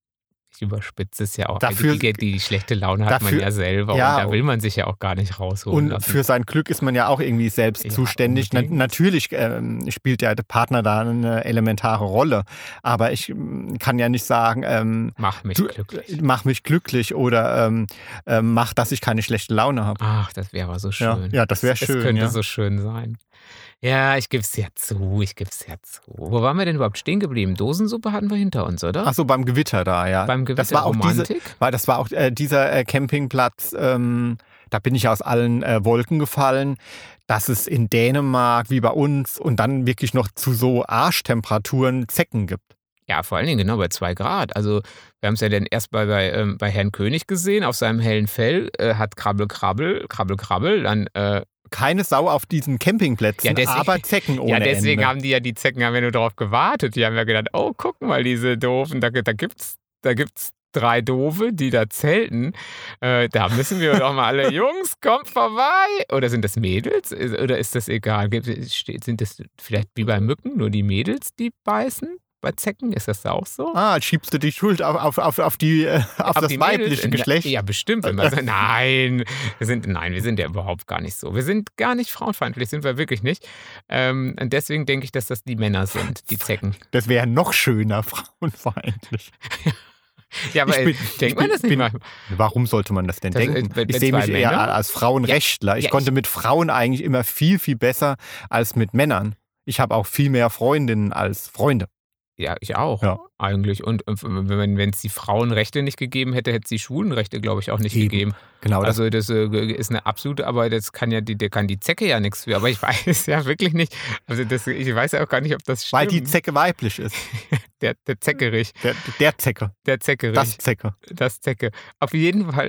Dafür- Die schlechte Laune hat man dafür- ja selber ja, und da will man sich ja auch gar nicht rausholen Und lassen. für sein Glück ist man ja auch irgendwie selbst Ja, zuständig. unbedingt. Natürlich spielt der Partner da eine elementare Rolle. Aber ich kann ja nicht sagen, Mach mich du- glücklich. mach mich glücklich oder mach, dass ich keine schlechte Laune habe. Ach, das wäre aber so schön. Ja, das wäre Es schön. könnte Ja. so schön sein. Ja, ich gebe es ja zu. Wo waren wir denn überhaupt stehen geblieben? Dosensuppe hatten wir hinter uns, oder? Ach so, beim Gewitter da, ja. Beim Gewitter das war auch Romantik? das war auch dieser Campingplatz, da bin ich aus allen Wolken gefallen, dass es in Dänemark wie bei uns und dann wirklich noch zu so Arschtemperaturen Zecken gibt. Ja, vor allen Dingen genau bei 2 Grad. Also wir haben es ja dann erst bei Herrn König gesehen, auf seinem hellen Fell, hat Krabbel, dann Keine Sau auf diesen Campingplätzen, Ja, deswegen- aber Zecken ohne ja, deswegen Ende. haben die Zecken haben ja nur darauf gewartet. Die haben ja gedacht, oh, guck mal, diese Doofen, da gibt's 3 Doofe, die da zelten. Da müssen wir doch mal alle, Jungs, kommt vorbei. Oder sind das Mädels? Oder ist das egal? Sind das vielleicht wie bei Mücken nur die Mädels, die beißen? Bei Zecken ist das auch so? Schiebst du die Schuld auf das die weibliche Mädels? Geschlecht? Ja, bestimmt. Wenn man sagt, nein, wir sind ja überhaupt gar nicht so. Wir sind gar nicht frauenfeindlich, sind wir wirklich nicht. Und deswegen denke ich, dass das die Männer sind, die Zecken. Das wäre noch schöner, frauenfeindlich. Ja, aber denkt man das nicht mal? Warum sollte man das denn Das, denken? wenn Ich sehe zwei mich eher Männer- als Frauenrechtler. Ich Ja, konnte mit Frauen eigentlich immer viel, viel besser als mit Männern. Ich habe auch viel mehr Freundinnen als Freunde. Ja, ich auch, Ja. eigentlich. Und wenn es die Frauenrechte nicht gegeben hätte, hätte es die Schwulenrechte, glaube ich, auch nicht Eben. gegeben. Genau, das Also das ist eine absolute, aber das kann ja der kann die Zecke ja nichts für. Aber ich weiß ja wirklich nicht. Also ich weiß ja auch gar nicht, ob das stimmt. weil die Zecke weiblich ist. der Zeckerich, Der Zecke. der Zeckerich, Das Zecke. das Zecke. Auf jeden Fall,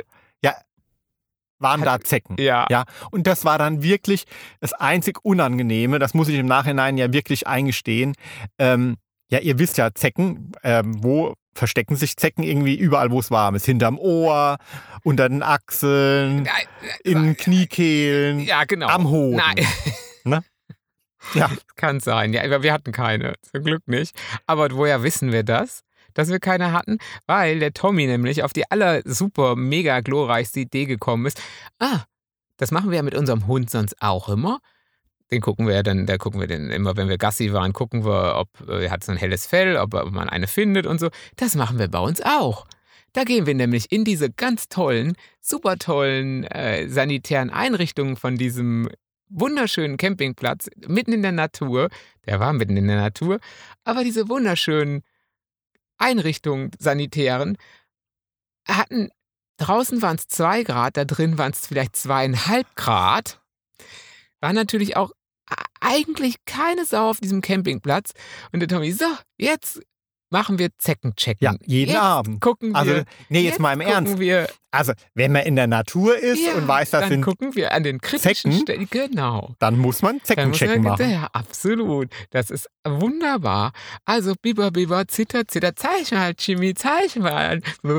Waren da Zecken. ja. Ja, und das war dann wirklich das einzig Unangenehme, das muss ich im Nachhinein ja wirklich eingestehen. Ja, ihr wisst ja, Zecken, wo verstecken sich Zecken irgendwie überall, wo es warm ist. Hinterm Ohr, unter den Achseln, in den Kniekehlen, Ja, genau. am Hoden. Nein, Ja, kann sein. Ja, aber wir hatten keine, zum Glück nicht. Aber woher wissen wir das? dass wir keine hatten, weil der Tommy nämlich auf die super mega glorreichste Idee gekommen ist. Das machen wir ja mit unserem Hund sonst auch immer. Da gucken wir den immer, wenn wir Gassi waren, gucken wir, ob er hat so ein helles Fell, ob man eine findet und so. Das machen wir bei uns auch. Da gehen wir nämlich in diese ganz tollen, super tollen sanitären Einrichtungen von diesem wunderschönen Campingplatz mitten in der Natur. Der war mitten in der Natur, aber diese wunderschönen Einrichtungen sanitären hatten, draußen waren es 2 Grad, da drin waren es vielleicht 2,5 Grad. War natürlich auch eigentlich keine Sau auf diesem Campingplatz. Und der Tommy, so, jetzt machen wir Zeckenchecken. Ja, jeden Abend. Gucken wir. Also, jetzt mal im Ernst. Also, wenn man in der Natur ist und weiß, das dann gucken wir an den kritischen Stellen. Genau. Dann muss man Zeckenchecken machen. Ja, absolut. Das ist wunderbar. Also, Biber, Biber, Zitter, Zitter, zeichen halt, Jimmy, zeichen mal.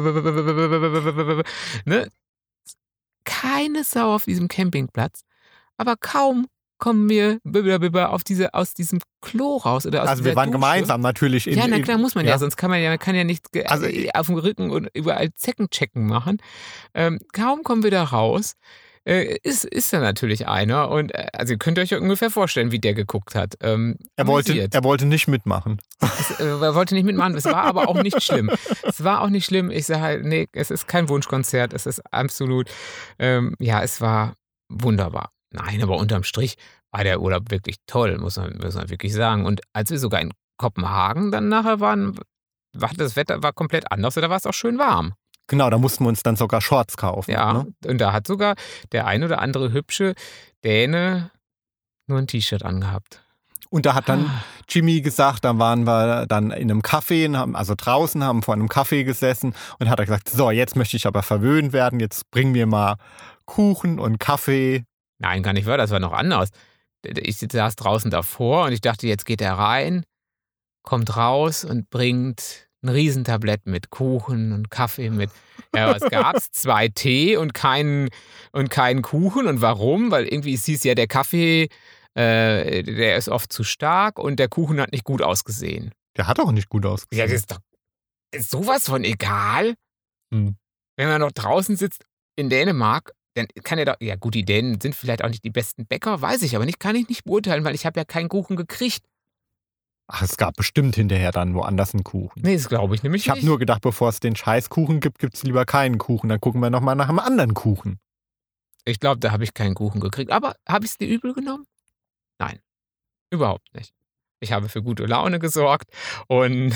Ne? Keine Sau auf diesem Campingplatz. Aber kaum kommen wir aus diesem Klo raus. Oder aus also wir waren Dusche. Gemeinsam natürlich. Ja, na klar, muss man ja. Sonst kann man ja nicht auf dem Rücken und überall Zeckenchecken machen. Kaum kommen wir da raus, ist da natürlich einer. Und also ihr könnt euch ungefähr vorstellen, wie der geguckt hat. Er wollte nicht mitmachen. Er wollte nicht mitmachen, es war aber auch nicht schlimm. Ich sage halt, nee, es ist kein Wunschkonzert, es ist absolut, es war wunderbar. Nein, aber unterm Strich war der Urlaub wirklich toll, muss man wirklich sagen. Und als wir sogar in Kopenhagen dann nachher waren, war das Wetter komplett anders, da war es auch schön warm. Genau, da mussten wir uns dann sogar Shorts kaufen. Ja, ne? Und da hat sogar der ein oder andere hübsche Däne nur ein T-Shirt angehabt. Und da hat dann Jimmy gesagt, dann waren wir dann in einem Café, haben vor einem Café gesessen und hat er gesagt, so, jetzt möchte ich aber verwöhnt werden, jetzt bring mir mal Kuchen und Kaffee. Nein, gar nicht wahr, das war noch anders. Ich saß draußen davor und ich dachte, jetzt geht er rein, kommt raus und bringt ein Riesentablett mit Kuchen und Kaffee mit. Ja, was gab's? 2 Tee und keinen Kuchen. Und warum? Weil irgendwie es hieß ja, der Kaffee, der ist oft zu stark und der Kuchen hat nicht gut ausgesehen. Der hat auch nicht gut ausgesehen. Ja, das ist doch sowas von egal. Wenn man noch draußen sitzt in Dänemark, dann kann er doch, ja gut, die Dänen sind vielleicht auch nicht die besten Bäcker, weiß ich, aber kann ich nicht beurteilen, weil ich habe ja keinen Kuchen gekriegt. Ach, es gab bestimmt hinterher dann woanders einen Kuchen. Nee, das glaube ich nämlich nicht. Ich habe nur gedacht, bevor es den Scheißkuchen gibt, gibt es lieber keinen Kuchen. Dann gucken wir nochmal nach einem anderen Kuchen. Ich glaube, da habe ich keinen Kuchen gekriegt. Aber habe ich es dir übel genommen? Nein, überhaupt nicht. Ich habe für gute Laune gesorgt und...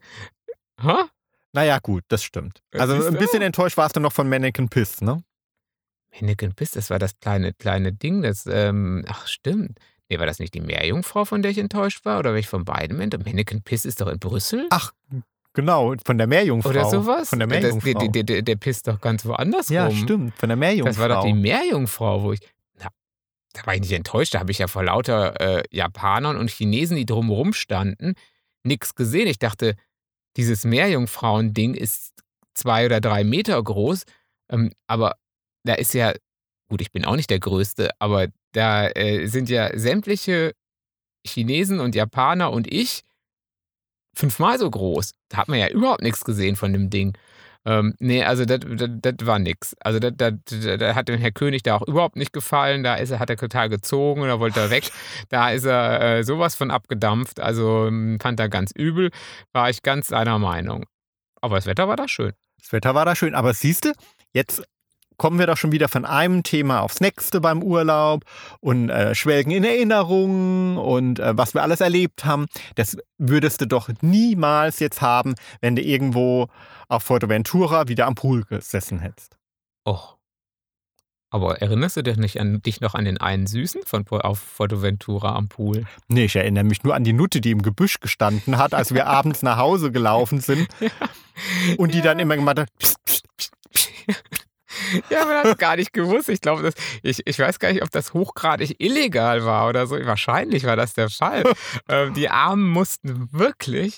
Naja, gut, das stimmt. Also ein bisschen enttäuscht warst du noch von Mannequin Piss, ne? Mannequin Piss, das war das kleine Ding, das, ach stimmt. Nee, war das nicht die Meerjungfrau, von der ich enttäuscht war? Oder war ich von beidem enttäuscht? Mannequin Piss ist doch in Brüssel? Ach, genau, von der Meerjungfrau. Oder sowas? Von der Meerjungfrau. Der pisst doch ganz woanders ja, rum. Ja, stimmt, von der Meerjungfrau. Das war doch die Meerjungfrau, da war ich nicht enttäuscht, da habe ich ja vor lauter Japanern und Chinesen, die drumherum standen, nichts gesehen. Ich dachte, dieses Meerjungfrauen-Ding ist 2 oder 3 Meter groß, aber da ist ja, gut, ich bin auch nicht der Größte, aber da sind ja sämtliche Chinesen und Japaner und ich 5-mal so groß. Da hat man ja überhaupt nichts gesehen von dem Ding. Nee, also das war nix. Also das hat dem Herr König da auch überhaupt nicht gefallen. Da hat er total gezogen oder wollte er weg. Da ist er sowas von abgedampft. Also fand er ganz übel. War ich ganz seiner Meinung. Aber das Wetter war da schön. Das Wetter war da schön. Aber siehst du, jetzt kommen wir doch schon wieder von einem Thema aufs nächste beim Urlaub und schwelgen in Erinnerungen und was wir alles erlebt haben. Das würdest du doch niemals jetzt haben, wenn du irgendwo auf Fuerteventura wieder am Pool gesessen hättest. Och. Aber erinnerst du dich noch an den einen Süßen auf Fuerteventura am Pool? Nee, ich erinnere mich nur an die Nutte, die im Gebüsch gestanden hat, als wir abends nach Hause gelaufen sind. Und die dann immer gemacht hat, pst, pst, pst, pst. Ja, man hat es gar nicht gewusst. Ich glaube, ich weiß gar nicht, ob das hochgradig illegal war oder so. Wahrscheinlich war das der Fall. Die Armen mussten wirklich,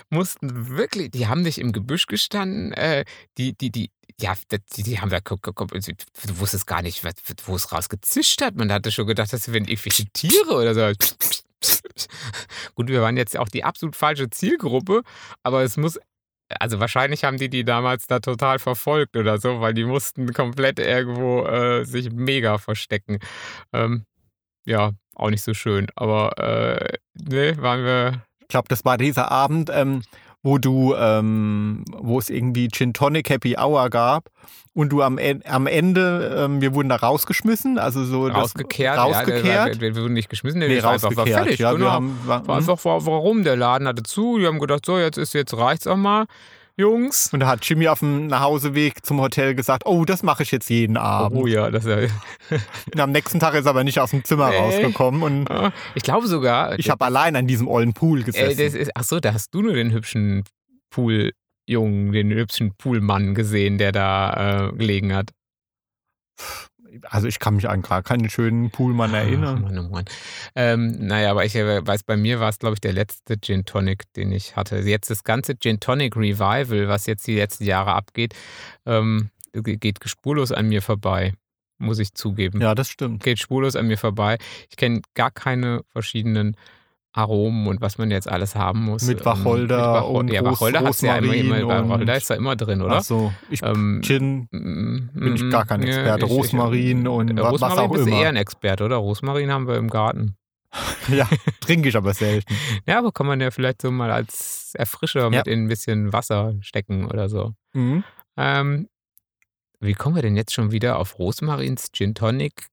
die haben nicht im Gebüsch gestanden. Die haben da, du wusstest gar nicht, wo es rausgezischt hat. Man hatte schon gedacht, das wären irgendwelche Tiere oder so. Gut, wir waren jetzt auch die absolut falsche Zielgruppe, aber es muss also wahrscheinlich haben die damals da total verfolgt oder so, weil die mussten komplett irgendwo sich mega verstecken. Ja, auch nicht so schön. Aber ne, waren wir. Ich glaube, das war dieser Abend, wo es irgendwie Gin Tonic Happy Hour gab und du am Ende, wir wurden da rausgeschmissen, also so Rausgekehrt. rausgekehrt. Wir wurden nicht geschmissen, Nee, wir waren einfach rausgekehrt. fertig. Ja, Genau. war Einfach, warum? Der Laden hatte zu, die haben gedacht, so, jetzt reicht's auch mal, Jungs. Und da hat Jimmy auf dem Nachhauseweg zum Hotel gesagt, oh, das mache ich jetzt jeden Abend. Oh ja, das ist ja. Und am nächsten Tag ist er aber nicht aus dem Zimmer rausgekommen und Ich glaube sogar. ich habe allein an diesem ollen Pool gesessen. Achso, da hast du nur den hübschen Pooljungen, den hübschen Poolmann gesehen, der da gelegen hat. Also ich kann mich an gar keinen schönen Poolmann erinnern. Mann, oh Mann. Naja, aber ich weiß, bei mir war es, glaube ich, der letzte Gin Tonic, den ich hatte. Jetzt das ganze Gin Tonic Revival, was jetzt die letzten Jahre abgeht, geht spurlos an mir vorbei, muss ich zugeben. Ja, das stimmt. Geht spurlos an mir vorbei. Ich kenne gar keine verschiedenen Aromen und was man jetzt alles haben muss. Mit Wacholder und Wacholder hat's ja immer, Wacholder und ist da immer drin, oder? Ach so, Gin bin ich gar kein Experte. Rosmarin und was Rosmarin auch bist du immer. eher ein Experte, oder? Rosmarin haben wir im Garten. Ja, trinke ich aber selten. Ja, aber kann man ja vielleicht so mal als Erfrischer mit in ein bisschen Wasser stecken oder so. Mhm. Wie kommen wir denn jetzt schon wieder auf Rosmarins Gin Tonic?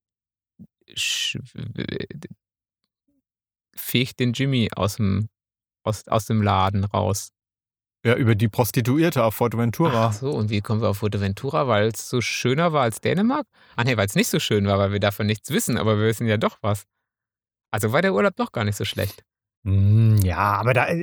Fegt den Jimmy aus dem Laden raus. Ja, über die Prostituierte auf Fuerteventura. Ach so, und wie kommen wir auf Fuerteventura? Weil es so schöner war als Dänemark? Ach nee, weil es nicht so schön war, weil wir davon nichts wissen, aber wir wissen ja doch was. Also war der Urlaub doch gar nicht so schlecht. Ja, aber da.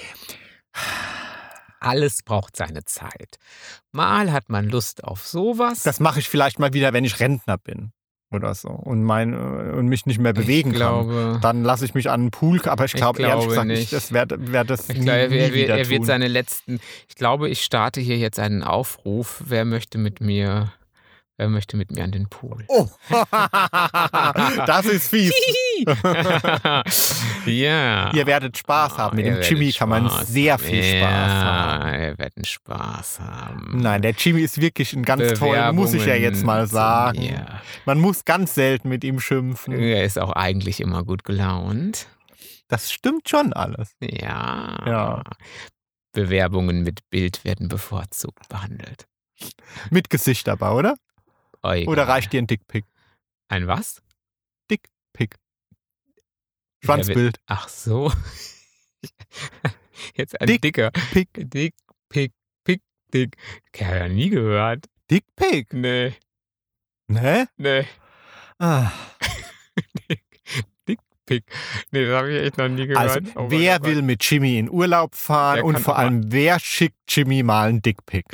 Alles braucht seine Zeit. Mal hat man Lust auf sowas. Das mache ich vielleicht mal wieder, wenn ich Rentner bin. Oder so. Und mich nicht mehr bewegen kann. Dann lasse ich mich an den Pool. Aber ich glaube ehrlich gesagt nicht, das wäre das nie wieder er wird tun. seine letzten. Ich glaube, ich starte hier jetzt einen Aufruf. Wer möchte mit mir an den Pool? Oh, das ist fies. Ja. Ihr werdet Spaß haben. Mit dem Jimmy kann man sehr viel Spaß haben. Ja, wir werden Spaß haben. Nein, der Jimmy ist wirklich ein ganz toll, muss ich ja jetzt mal sagen. Ja. Man muss ganz selten mit ihm schimpfen. Er ist auch eigentlich immer gut gelaunt. Das stimmt schon alles. Ja. Bewerbungen mit Bild werden bevorzugt behandelt. Mit Gesicht dabei, oder? Egal. Oder reicht dir ein Dickpick? Ein was? Dickpick. Schwanzbild. Ach so. Jetzt ein dicker. Pick. Dick. Ich habe ja nie gehört. Dickpick? Nee. Nee? Ah. Dickpick. Nee, das habe ich echt noch nie gehört. Also, wer will mit Jimmy in Urlaub fahren und vor allem, wer schickt Jimmy mal einen Dickpick?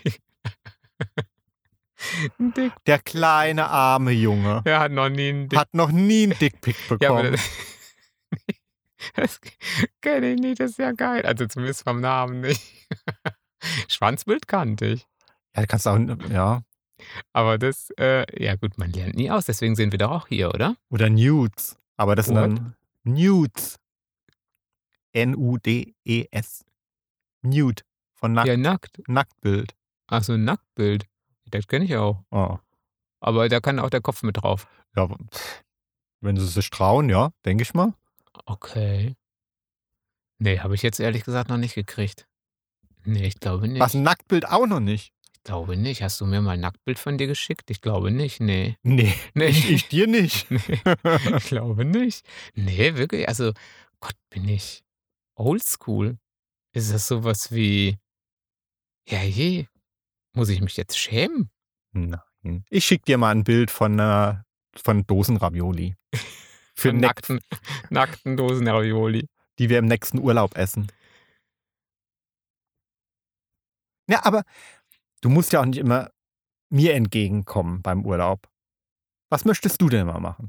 Der kleine, arme Junge. Er hat noch nie einen Dickpick bekommen. Ja, das kenne ich nicht, das ist ja geil. Also zumindest vom Namen nicht. Schwanzbild kannte ich. Ja, kannst auch, ja. Aber das, ja gut, man lernt nie aus, deswegen sind wir doch auch hier, oder? Oder Nudes. Aber das sind dann Nudes. N-U-D-E-S. Nude. Von nackt. Ja, nackt. Nacktbild. Ach so, Nacktbild. Das kenne ich auch. Oh. Aber da kann auch der Kopf mit drauf. Ja, wenn sie sich trauen, ja, denke ich mal. Okay. Nee, habe ich jetzt ehrlich gesagt noch nicht gekriegt. Nee, ich glaube nicht. Was, ein Nacktbild auch noch nicht? Ich glaube nicht. Hast du mir mal ein Nacktbild von dir geschickt? Ich glaube nicht, nee. Nee. Ich dir nicht. Nee, ich glaube nicht. Nee, wirklich, also Gott, bin ich oldschool. Ist das sowas wie, ja je, muss ich mich jetzt schämen? Nein. Ich schicke dir mal ein Bild von Dosenravioli. Für nackten Dosenravioli. Die wir im nächsten Urlaub essen. Ja, aber du musst ja auch nicht immer mir entgegenkommen beim Urlaub. Was möchtest du denn mal machen?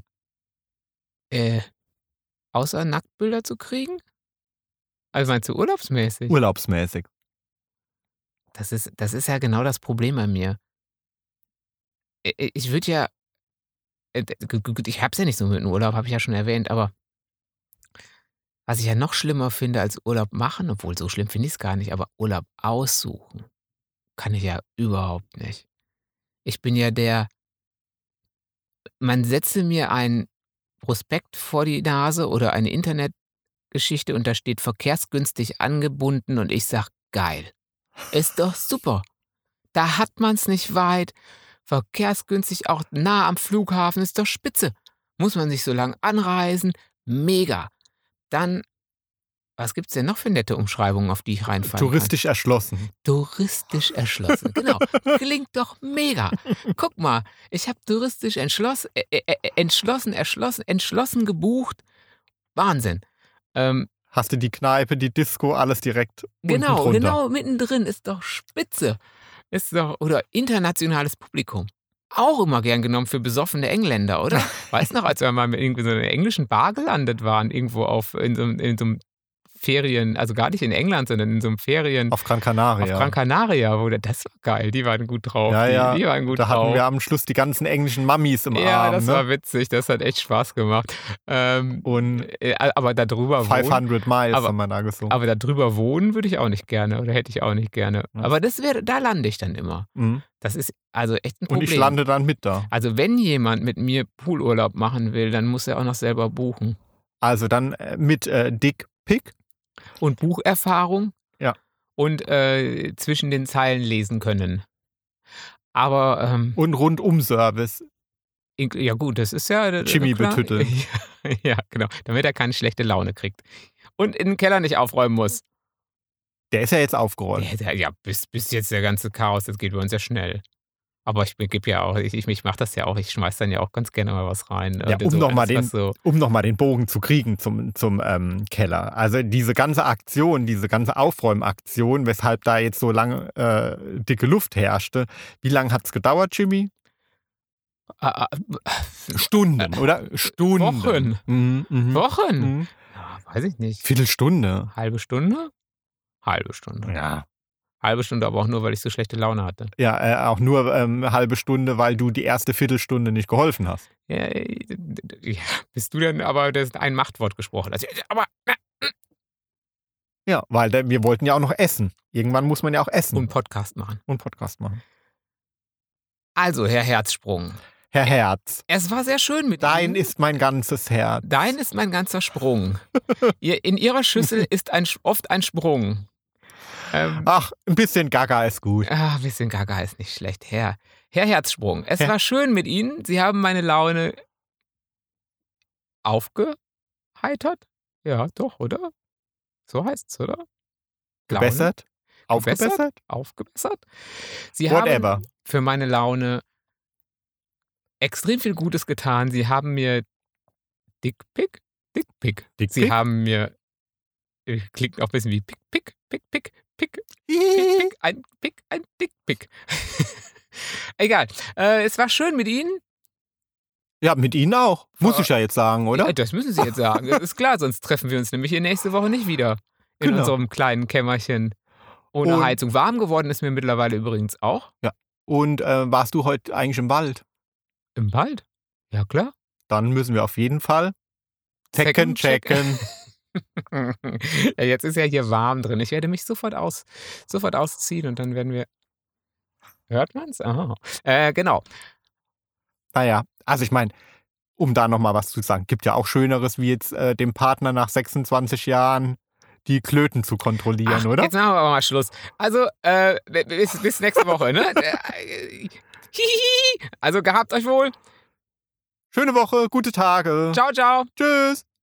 Außer Nacktbilder zu kriegen? Also meinst du urlaubsmäßig? Urlaubsmäßig. Das ist ja genau das Problem bei mir. Ich würde ja, gut, ich hab's ja nicht so mit dem Urlaub, habe ich ja schon erwähnt, aber Was ich ja noch schlimmer finde als Urlaub machen, obwohl so schlimm finde ich es gar nicht, aber Urlaub aussuchen kann ich ja überhaupt nicht. Ich bin ja man setze mir ein Prospekt vor die Nase oder eine Internetgeschichte und da steht verkehrsgünstig angebunden und ich sage: „Geil, ist doch super. Da hat man's nicht weit, verkehrsgünstig, auch nah am Flughafen, ist doch spitze. Muss man nicht so lang anreisen, mega.“ Dann was gibt's denn noch für nette Umschreibungen, auf die ich reinfallen kann? Touristisch erschlossen. Touristisch erschlossen, genau. Klingt doch mega. Guck mal, ich habe touristisch entschlossen gebucht. Wahnsinn. Ähm, Hast du die Kneipe, die Disco, alles direkt unten drunter. genau, mittendrin ist doch spitze. Ist doch oder internationales Publikum. Auch immer gern genommen für besoffene Engländer, oder? Weißt noch, als wir mal mit irgendwie so einer englischen Bar gelandet waren, irgendwo in so 'nem Ferien, also gar nicht in England, sondern in so 'nem Ferien Auf Gran auf Canaria. Gran Canaria, das war geil, die waren gut drauf. Ja, Die waren gut da hatten drauf. wir am Schluss die ganzen englischen Mammis im Ja, Arm. das Ne? war witzig, das hat echt Spaß gemacht. Und Aber da drüber 500 Miles aber- haben wir da gesungen. aber da drüber wohnen würde ich auch nicht gerne oder hätte ich auch nicht gerne. Ja. Aber da lande ich dann immer. Mhm. Das ist also echt ein Und Problem. ich lande dann mit da. Also wenn jemand mit mir Poolurlaub machen will, dann muss er auch noch selber buchen. Also dann mit Dick Pick. Und Bucherfahrung. Ja. Und zwischen den Zeilen lesen können. Aber Und Rundum-Service. ja gut, das ist ja Jimmy klar. betütteln. Ja, genau. Damit er keine schlechte Laune kriegt. Und in den Keller nicht aufräumen muss. Der ist ja jetzt aufgeräumt. Ja, bis jetzt der ganze Chaos, das geht bei uns ja schnell. Aber ich gebe ja auch, ich mache das ja auch, ich schmeiß dann ja auch ganz gerne mal was rein. Ja, Und so, um noch mal den Bogen zu kriegen zum Keller. Also diese ganze Aktion, diese ganze Aufräumaktion, weshalb da jetzt so lange dicke Luft herrschte. Wie lange hat es gedauert, Jimmy? Stunden, oder? Stunden. Wochen. Mhm. Wochen? Mhm. Ja, weiß ich nicht. Viertelstunde. Halbe Stunde? Halbe Stunde. Ja. Halbe Stunde, aber auch nur, weil ich so schlechte Laune hatte. Ja, auch nur halbe Stunde, weil du die erste Viertelstunde nicht geholfen hast. Ja, bist du denn aber, das ist ein Machtwort gesprochen. Also, aber Ja, weil wir wollten ja auch noch essen. Irgendwann muss man ja auch essen. und Podcast machen. Und Podcast machen. Also, Herr Herzsprung. Herr Herz, Es war sehr schön mit dein Ihnen. ist mein ganzes Herz. Dein ist mein ganzer Sprung. In Ihrer Schüssel ist oft ein Sprung. Ach, ein bisschen Gaga ist gut. Ein bisschen Gaga ist nicht schlecht. Herr Herzsprung, es war schön mit Ihnen. Sie haben meine Laune aufgeheitert. Ja, doch, oder? So heißt's, oder? Gebessert? Aufgebessert? Aufgebessert. Sie Whatever. haben für meine Laune extrem viel Gutes getan. Sie haben mir Dickpick. Sie haben mir, klingt auch ein bisschen wie Pick, ein Dickpick. Egal. Es war schön mit Ihnen. Ja, mit Ihnen auch. Muss ich ja jetzt sagen, oder? Ja, das müssen Sie jetzt sagen. Das ist klar, sonst treffen wir uns nämlich hier nächste Woche nicht wieder. In Genau. unserem kleinen Kämmerchen ohne Und- Heizung. Warm geworden ist mir mittlerweile übrigens auch. Und warst du heute eigentlich im Wald? Im Wald? Ja, klar. Dann müssen wir auf jeden Fall checken. Ja, jetzt ist ja hier warm drin. Ich werde mich sofort ausziehen und dann werden wir. Hört man's? Aha. Genau. Naja, also ich meine, um da nochmal was zu sagen, gibt ja auch Schöneres, wie jetzt dem Partner nach 26 Jahren die Klöten zu kontrollieren, Ach, oder? jetzt machen wir aber mal Schluss. Also, bis nächste Woche, ne? Also, gehabt euch wohl. Schöne Woche, gute Tage. Ciao, ciao. Tschüss.